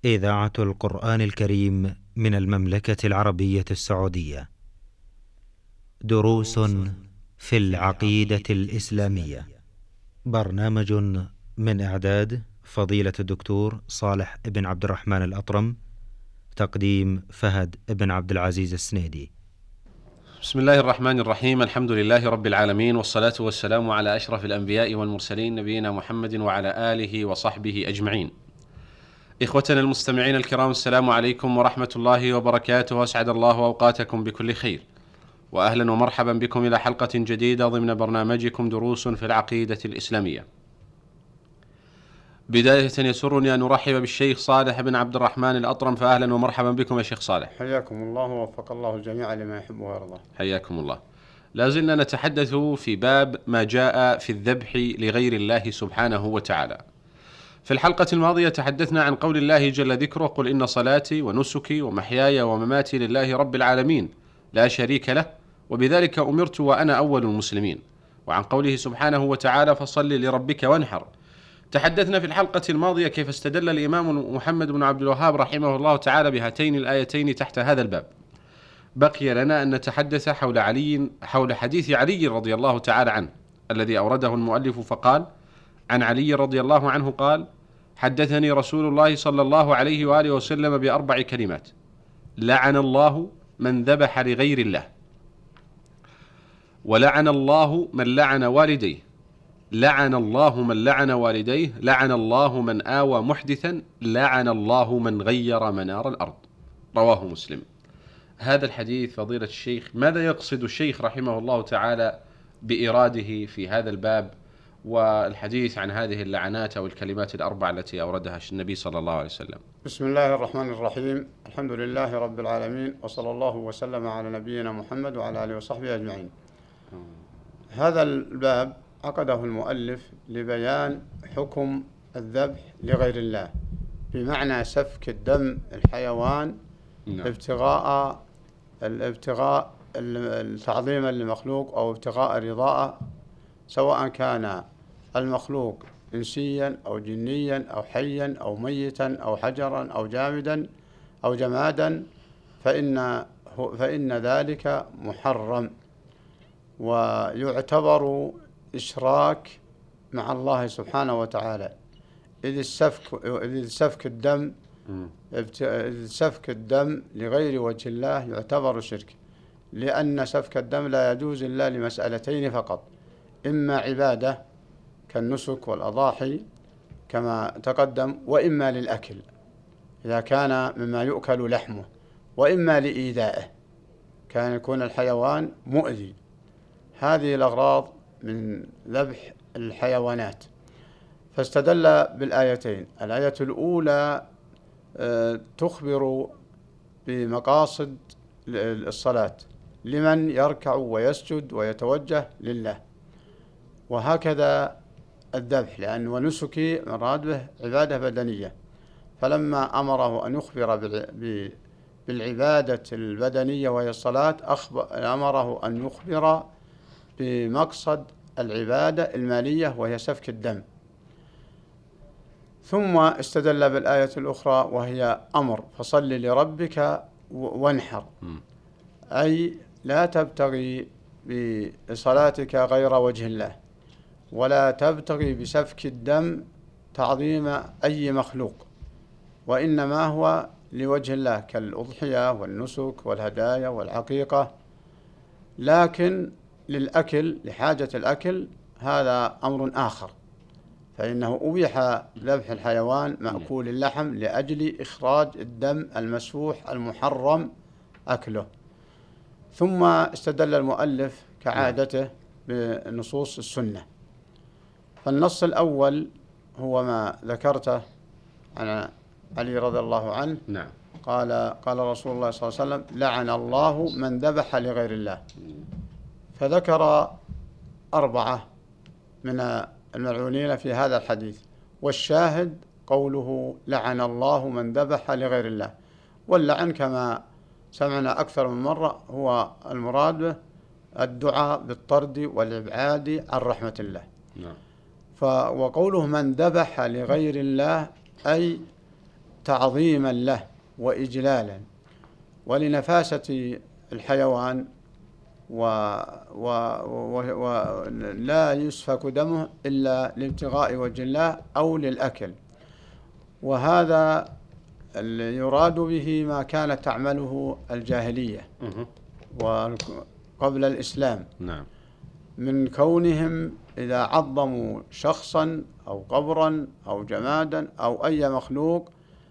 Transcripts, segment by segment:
إذاعة القرآن الكريم من المملكة العربية السعودية. دروس في العقيدة الإسلامية. برنامج من إعداد فضيلة الدكتور صالح بن عبد الرحمن الأطرم. تقديم فهد بن عبد العزيز السنيدي. بسم الله الرحمن الرحيم. الحمد لله رب العالمين، والصلاة والسلام على أشرف الأنبياء والمرسلين، نبينا محمد وعلى آله وصحبه أجمعين. إخوتنا المستمعين الكرام، السلام عليكم ورحمة الله وبركاته. أسعد الله أوقاتكم بكل خير، وأهلا ومرحبا بكم إلى حلقة جديدة ضمن برنامجكم دروس في العقيدة الإسلامية. بداية يسرني أن أرحب بالشيخ صالح بن عبد الرحمن الأطرم، فأهلا ومرحبا بكم يا شيخ صالح. حياكم الله ووفق الله الجميع لما يحب ويرضى. حياكم الله. لازلنا نتحدث في باب ما جاء في الذبح لغير الله سبحانه وتعالى. في الحلقة الماضية تحدثنا عن قول الله جل ذكره: قل إن صلاتي ونسكي ومحياي ومماتي لله رب العالمين لا شريك له وبذلك أمرت وأنا أول المسلمين. وعن قوله سبحانه وتعالى: فصل لربك وانحر. تحدثنا في الحلقة الماضية كيف استدل الإمام محمد بن عبد الوهاب رحمه الله تعالى بهاتين الآيتين تحت هذا الباب. بقي لنا أن نتحدث حول حديث علي رضي الله تعالى عنه الذي أورده المؤلف، فقال: عن علي رضي الله عنه قال: حدثني رسول الله صلى الله عليه وآله وسلم بأربع كلمات: لعن الله من ذبح لغير الله، ولعن الله من لعن والديه، لعن الله من لعن والديه، لعن الله من آوى محدثا، لعن الله من غير منار الأرض. رواه مسلم. هذا الحديث فضيلة الشيخ، ماذا يقصد الشيخ رحمه الله تعالى بإراده في هذا الباب والحديث عن هذه اللعنات أو الكلمات الأربع التي أوردها النبي صلى الله عليه وسلم؟ بسم الله الرحمن الرحيم. الحمد لله رب العالمين، وصلى الله وسلم على نبينا محمد وعلى آله وصحبه أجمعين. هذا الباب عقده المؤلف لبيان حكم الذبح لغير الله، بمعنى سفك الدم الحيوان ابتغاء تعظيما للمخلوق أو ابتغاء رضاءه، سواء كان المخلوق إنسيا أو جنيا أو حيا أو ميتا أو حجرا أو جامدا أو جمادا، فإن ذلك محرم ويعتبر إشراك مع الله سبحانه وتعالى، إذ سفك الدم لغير وجه الله يعتبر شرك، لأن سفك الدم لا يجوز إلا لمسألتين فقط: إما عبادة كالنسك والأضاحي كما تقدم، وإما للأكل إذا كان مما يؤكل لحمه، وإما لإيذائه كان يكون الحيوان مؤذي. هذه الأغراض من ذبح الحيوانات. فاستدل بالآيتين. الآية الأولى تخبر بمقاصد الصلاة لمن يركع ويسجد ويتوجه لله، وهكذا الذبح، لأن ونسكي مراد به عبادة بدنية، فلما أمره أن يخبر بالعبادة البدنية وهي الصلاة، أمره أن يخبر بمقصد العبادة المالية وهي سفك الدم. ثم استدل بالآية الأخرى وهي أمر: فصل لربك وانحر، أي لا تبتغي بصلاتك غير وجه الله، ولا تبتغي بسفك الدم تعظيم أي مخلوق، وإنما هو لوجه الله كالأضحية والنسك والهدايا والعقيقة. لكن للأكل، لحاجة الأكل، هذا أمر آخر، فإنه أبيح ذبح الحيوان مأكول اللحم لأجل إخراج الدم المسفوح المحرم أكله. ثم استدل المؤلف كعادته بنصوص السنة. فالنص الأول هو ما ذكرته عن علي رضي الله عنه. قال رسول الله صلى الله عليه وسلم: لعن الله من ذبح لغير الله. فذكر 4 من الملعونين في هذا الحديث، والشاهد قوله: لعن الله من ذبح لغير الله. واللعن كما سمعنا أكثر من مرة هو المراد به الدعاء بالطرد والإبعاد عن رحمة الله. وقوله من ذبح لغير الله أي تعظيما له وإجلالا ولنفاسة الحيوان، ولا يسفك دمه إلا لابتغاء وجه الله أو للأكل. وهذا اللي يراد به ما كانت تعمله الجاهلية وقبل الإسلام، نعم. من كونهم إذا عظموا شخصا أو قبرا أو جمادا أو أي مخلوق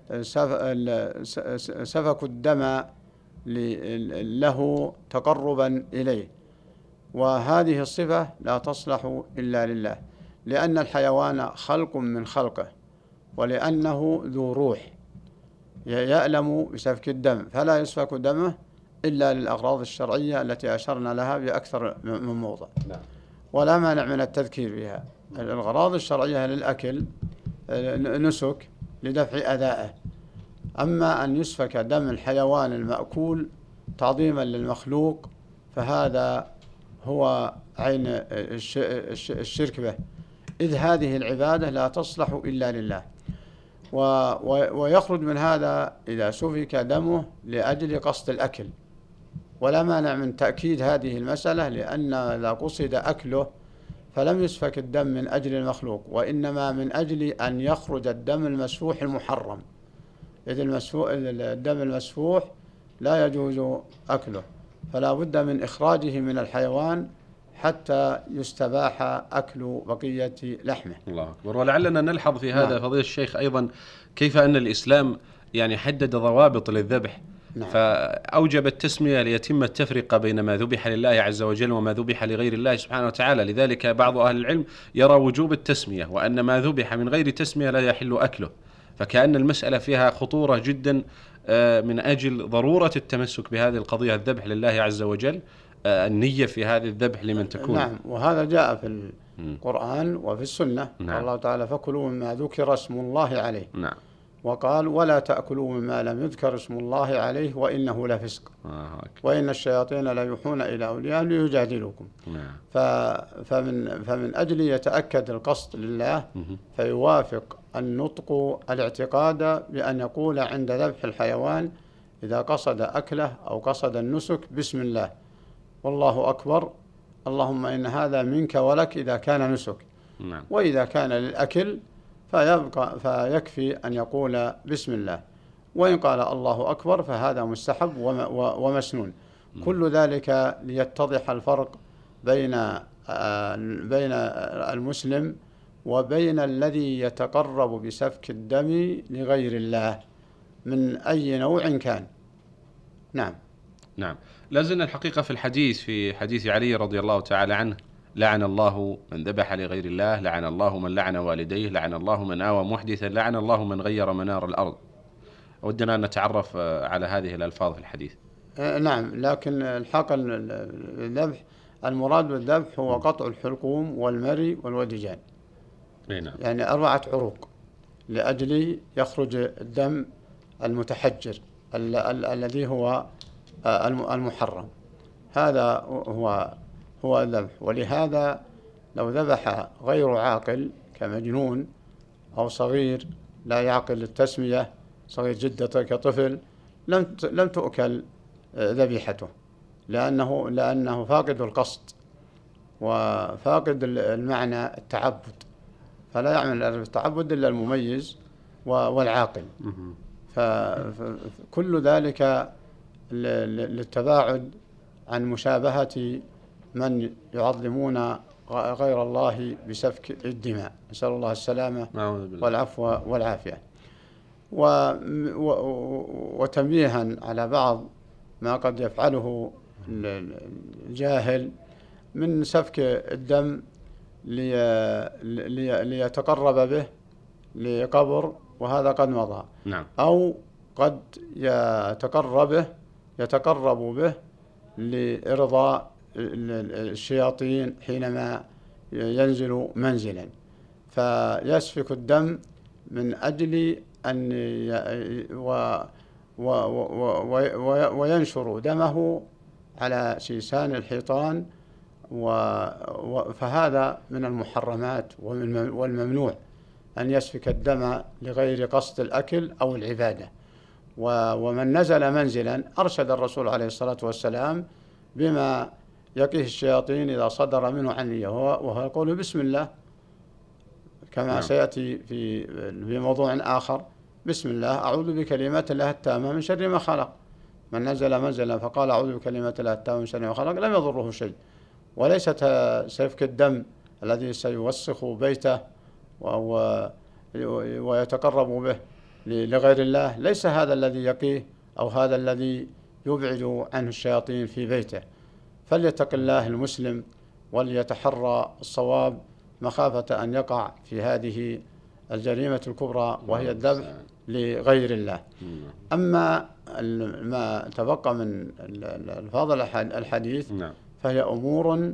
سفكوا الدم له تقربا إليه. وهذه الصفة لا تصلح إلا لله، لأن الحيوان خلق من خلقه، ولأنه ذو روح يألم بسفك الدم، فلا يسفك دمه إلا للأغراض الشرعية التي أشرنا لها بأكثر من موضع. ولا مانع من التذكير بها. الأغراض الشرعية للأكل نسك لدفع أذائه، أما أن يسفك دم الحيوان المأكول تعظيما للمخلوق فهذا هو عين الشرك به، إذ هذه العبادة لا تصلح إلا لله. ويخرج من هذا إذا سفك دمه لأجل قصد الأكل، ولا مانع من تأكيد هذه المسألة، لأن إذا قصد أكله فلم يسفك الدم من أجل المخلوق، وإنما من أجل أن يخرج الدم المسفوح المحرم، إذ الدم المسفوح لا يجوز أكله، فلا بد من إخراجه من الحيوان حتى يستباح أكل بقية لحمه. الله أكبر. ولعلنا نلحظ في هذا فضيلة الشيخ أيضا كيف أن الإسلام يعني حدد ضوابط للذبح، فأوجب التسمية ليتم التفرقة بين ما ذبح لله عز وجل وما ذبح لغير الله سبحانه وتعالى. لذلك بعض أهل العلم يرى وجوب التسمية، وأن ما ذبح من غير تسمية لا يحل أكله، فكأن المسألة فيها خطورة جدا من أجل ضرورة التمسك بهذه القضية، الذبح لله عز وجل، النية في هذا الذبح لمن تكون. نعم، وهذا جاء في القرآن وفي السنة. نعم. الله تعالى فكلوا مما ذكر اسم الله عليه. نعم. وقال ولا تأكلوا مما لم يذكر اسم الله عليه وإنه لفسق وإن الشياطين لا يوحون إلى أوليائهم ليجادلوكم. نعم. فمن أجل يتأكد القصد لله فيوافق النطق الاعتقاد بأن يقول عند ذبح الحيوان إذا قصد أكله أو قصد النسك بسم الله والله أكبر، اللهم إن هذا منك ولك إذا كان نسك. نعم. وإذا كان للأكل فيكفي أن يقول بسم الله، وإن قال الله أكبر فهذا مستحب ومسنون. كل ذلك ليتضح الفرق بين المسلم وبين الذي يتقرب بسفك الدم لغير الله من أي نوع كان. نعم. نعم. لازلنا الحقيقة في الحديث، في حديث علي رضي الله تعالى عنه: لعن الله من ذبح لغير الله، لعن الله من لعن والديه، لعن الله من آوى محدثا، لعن الله من غير منار الأرض. ودنا أن نتعرف على هذه الألفاظ في الحديث. نعم، لكن الحق الذبح المراد بالذبح هو قطع الحلقوم والمري والودجان. نعم. يعني 4 عروق لأجل يخرج الدم المتحجر الذي هو المحرم، هذا هو الذبح. ولهذا لو ذبح غير عاقل كمجنون أو صغير لا يعقل التسمية، صغير جدا كطفل، لم تؤكل ذبيحته، لأنه فاقد القصد وفاقد المعنى التعبد، فلا يعمل التعبد إلا المميز والعاقل. فكل ذلك للتباعد عن مشابهة من يعظمون غير الله بسفك الدماء، نسأل الله السلامة والعفو والعافية. وتنبيها على بعض ما قد يفعله الجاهل من سفك الدم ليتقرب به لقبر، وهذا قد مضى. نعم. أو قد يتقرب به لإرضاء الشياطين حينما ينزل منزلا، فيسفك الدم من أجل أن وينشر دمه على سيسان الحيطان، فهذا من المحرمات والممنوع، أن يسفك الدم لغير قصد الأكل أو العبادة. ومن نزل منزلا أرشد الرسول عليه الصلاة والسلام بما يقيه الشياطين إذا صدر منه عنية، وهو يقول بسم الله، كما سيأتي في موضوع آخر: بسم الله أعوذ بكلمات الله التامة من شر ما خلق. من نزل منزلا فقال أعوذ بكلمات الله التامة من شر ما خلق لم يضره شيء. وليست سفك الدم الذي سيوسخ بيته ويتقرب به لغير الله، ليس هذا الذي يقيه أو هذا الذي يبعد عنه الشياطين في بيته. فليتق الله المسلم وليتحرى الصواب مخافة أن يقع في هذه الجريمة الكبرى وهي الذبح لغير الله. أما ما تبقى من الفاظ الحديث فهي أمور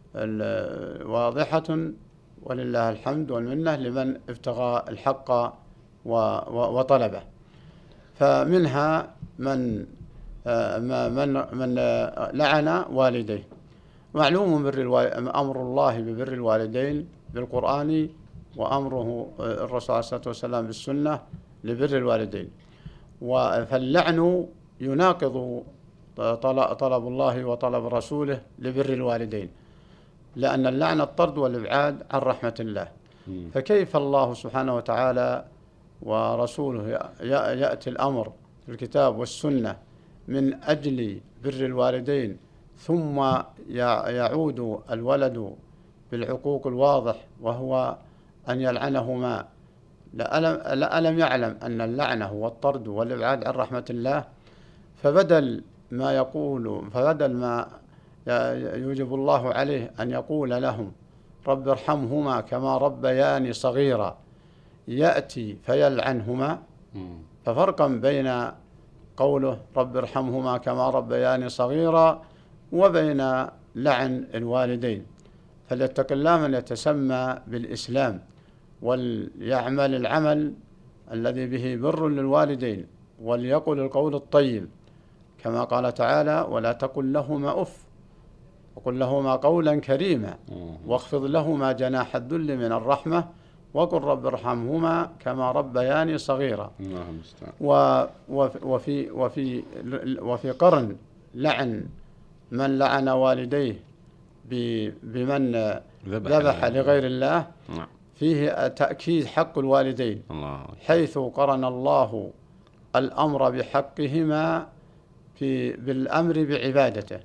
واضحة ولله الحمد والمنة لمن ابتغى الحق وطلبه. فمنها من لعن والديه. معلوم أمر الله ببر الوالدين بالقرآن، وأمره الرسول عليه الصلاة والسلام بالسنة لبر الوالدين. فاللعن يناقض طلب الله وطلب رسوله لبر الوالدين، لأن اللعن الطرد والإبعاد عن رحمة الله. فكيف الله سبحانه وتعالى ورسوله يأتي الأمر في الكتاب والسنة من أجل بر الوالدين، ثم يعود الولد بالعقوق الواضح وهو أن يلعنهما؟ ألم يعلم أن اللعنة هو الطرد والإبعاد عن رحمة الله؟ فبدل ما يوجب الله عليه أن يقول لهم رب ارحمهما كما ربياني صغيرا، يأتي فيلعنهما. ففرقا بين قوله رب ارحمهما كما ربياني صغيرا وبين لعن الوالدين. فليتق الله من يتسمى بالإسلام وليعمل العمل الذي به بر للوالدين، وليقل القول الطيب كما قال تعالى: ولا تقل لهما أف وقل لهما قولا كريما واخفض لهما جناح الذل من الرحمة وقل رب ارحمهما كما ربياني صغيرا. وفي قرن لعن من لعن والديه بمن ذبح لغير الله فيه تأكيد حق الوالدين، حيث قرن الله الأمر بحقهما بالأمر بعبادته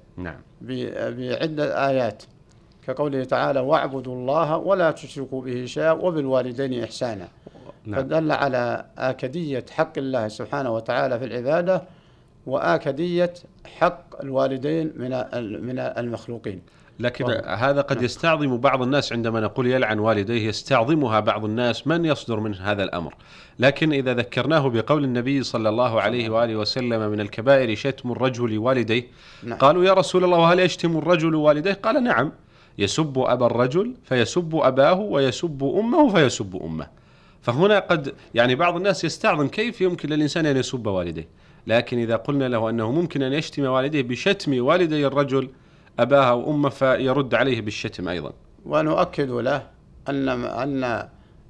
بعدة آيات، كقوله تعالى: واعبدوا الله ولا تشركوا به شيئا وبالوالدين إحسانا. فدل على آكدية حق الله سبحانه وتعالى في العبادة وآكدية حق الوالدين من المخلوقين. لكن هذا قد يستعظم بعض الناس عندما نقول يلعن والديه، يستعظمها بعض الناس من يصدر منه هذا الأمر. لكن إذا ذكرناه بقول النبي صلى الله عليه وآله وسلم: من الكبائر شتم الرجل والديه. قالوا: يا رسول الله وهل يشتم الرجل والديه؟ قال: نعم، يسب أبا الرجل فيسب أباه ويسب أمه فيسب أمه. فهنا قد بعض الناس يستعظم كيف يمكن للإنسان أن يسب والديه، لكن إذا قلنا له أنه ممكن أن يشتم والديه بشتم والدي الرجل أباها وأمه فيرد عليه بالشتم أيضا. ونؤكد له أن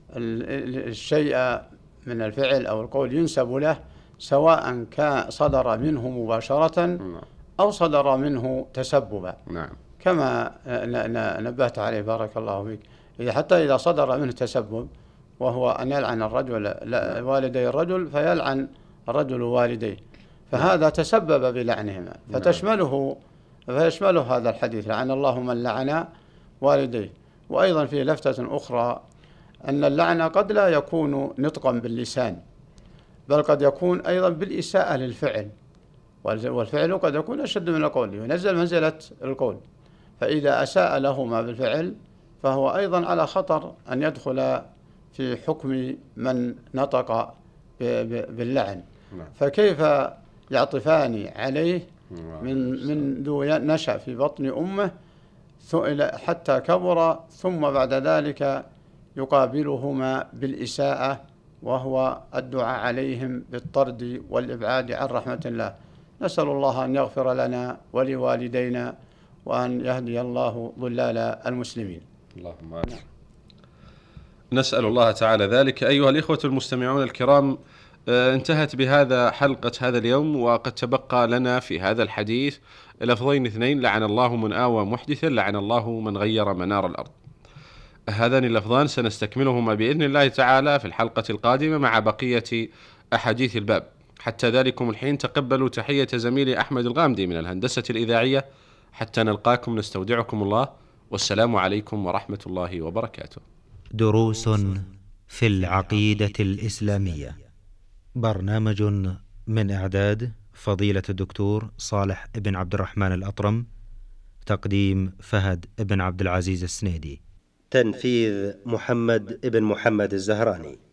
الشيء من الفعل أو القول ينسب له، سواء كان صدر منه مباشرة أو صدر منه تسببا. كما نبهت عليه بارك الله فيك، حتى إذا صدر منه تسبب وهو أن يلعن الرجل والدي الرجل فيلعن الرجل والديه، فهذا تسبب بلعنهما فيشمله هذا الحديث: لعن الله من لعن والديه. وأيضا في لفتة أخرى أن اللعن قد لا يكون نطقا باللسان، بل قد يكون أيضا بالإساءة للفعل، والفعل قد يكون أشد من القول، ينزل منزلة القول. فإذا أساء لهما بالفعل فهو أيضا على خطر أن يدخل في حكم من نطق باللعن. فكيف يعطفان عليه منذ نشأ في بطن أمه حتى كبر، ثم بعد ذلك يقابلهما بالإساءة وهو الدعاء عليهم بالطرد والإبعاد عن رحمة الله. نسأل الله أن يغفر لنا ولوالدينا وأن يهدي الله ضلال المسلمين. اللهم آمين. نسأل الله تعالى ذلك. أيها الإخوة المستمعون الكرام، انتهت بهذا حلقة هذا اليوم، وقد تبقى لنا في هذا الحديث لفظين اثنين: لعن الله من آوى محدثا، لعن الله من غير منار الأرض. هذان اللفظان سنستكملهما بإذن الله تعالى في الحلقة القادمة مع بقية أحاديث الباب. حتى ذلكم الحين تقبلوا تحية زميلي أحمد الغامدي من الهندسة الإذاعية. حتى نلقاكم نستودعكم الله، والسلام عليكم ورحمة الله وبركاته. دروس في العقيدة الإسلامية، برنامج من إعداد فضيلة الدكتور صالح بن عبد الرحمن الأطرم، تقديم فهد بن عبد العزيز السنيدي، تنفيذ محمد بن محمد الزهراني.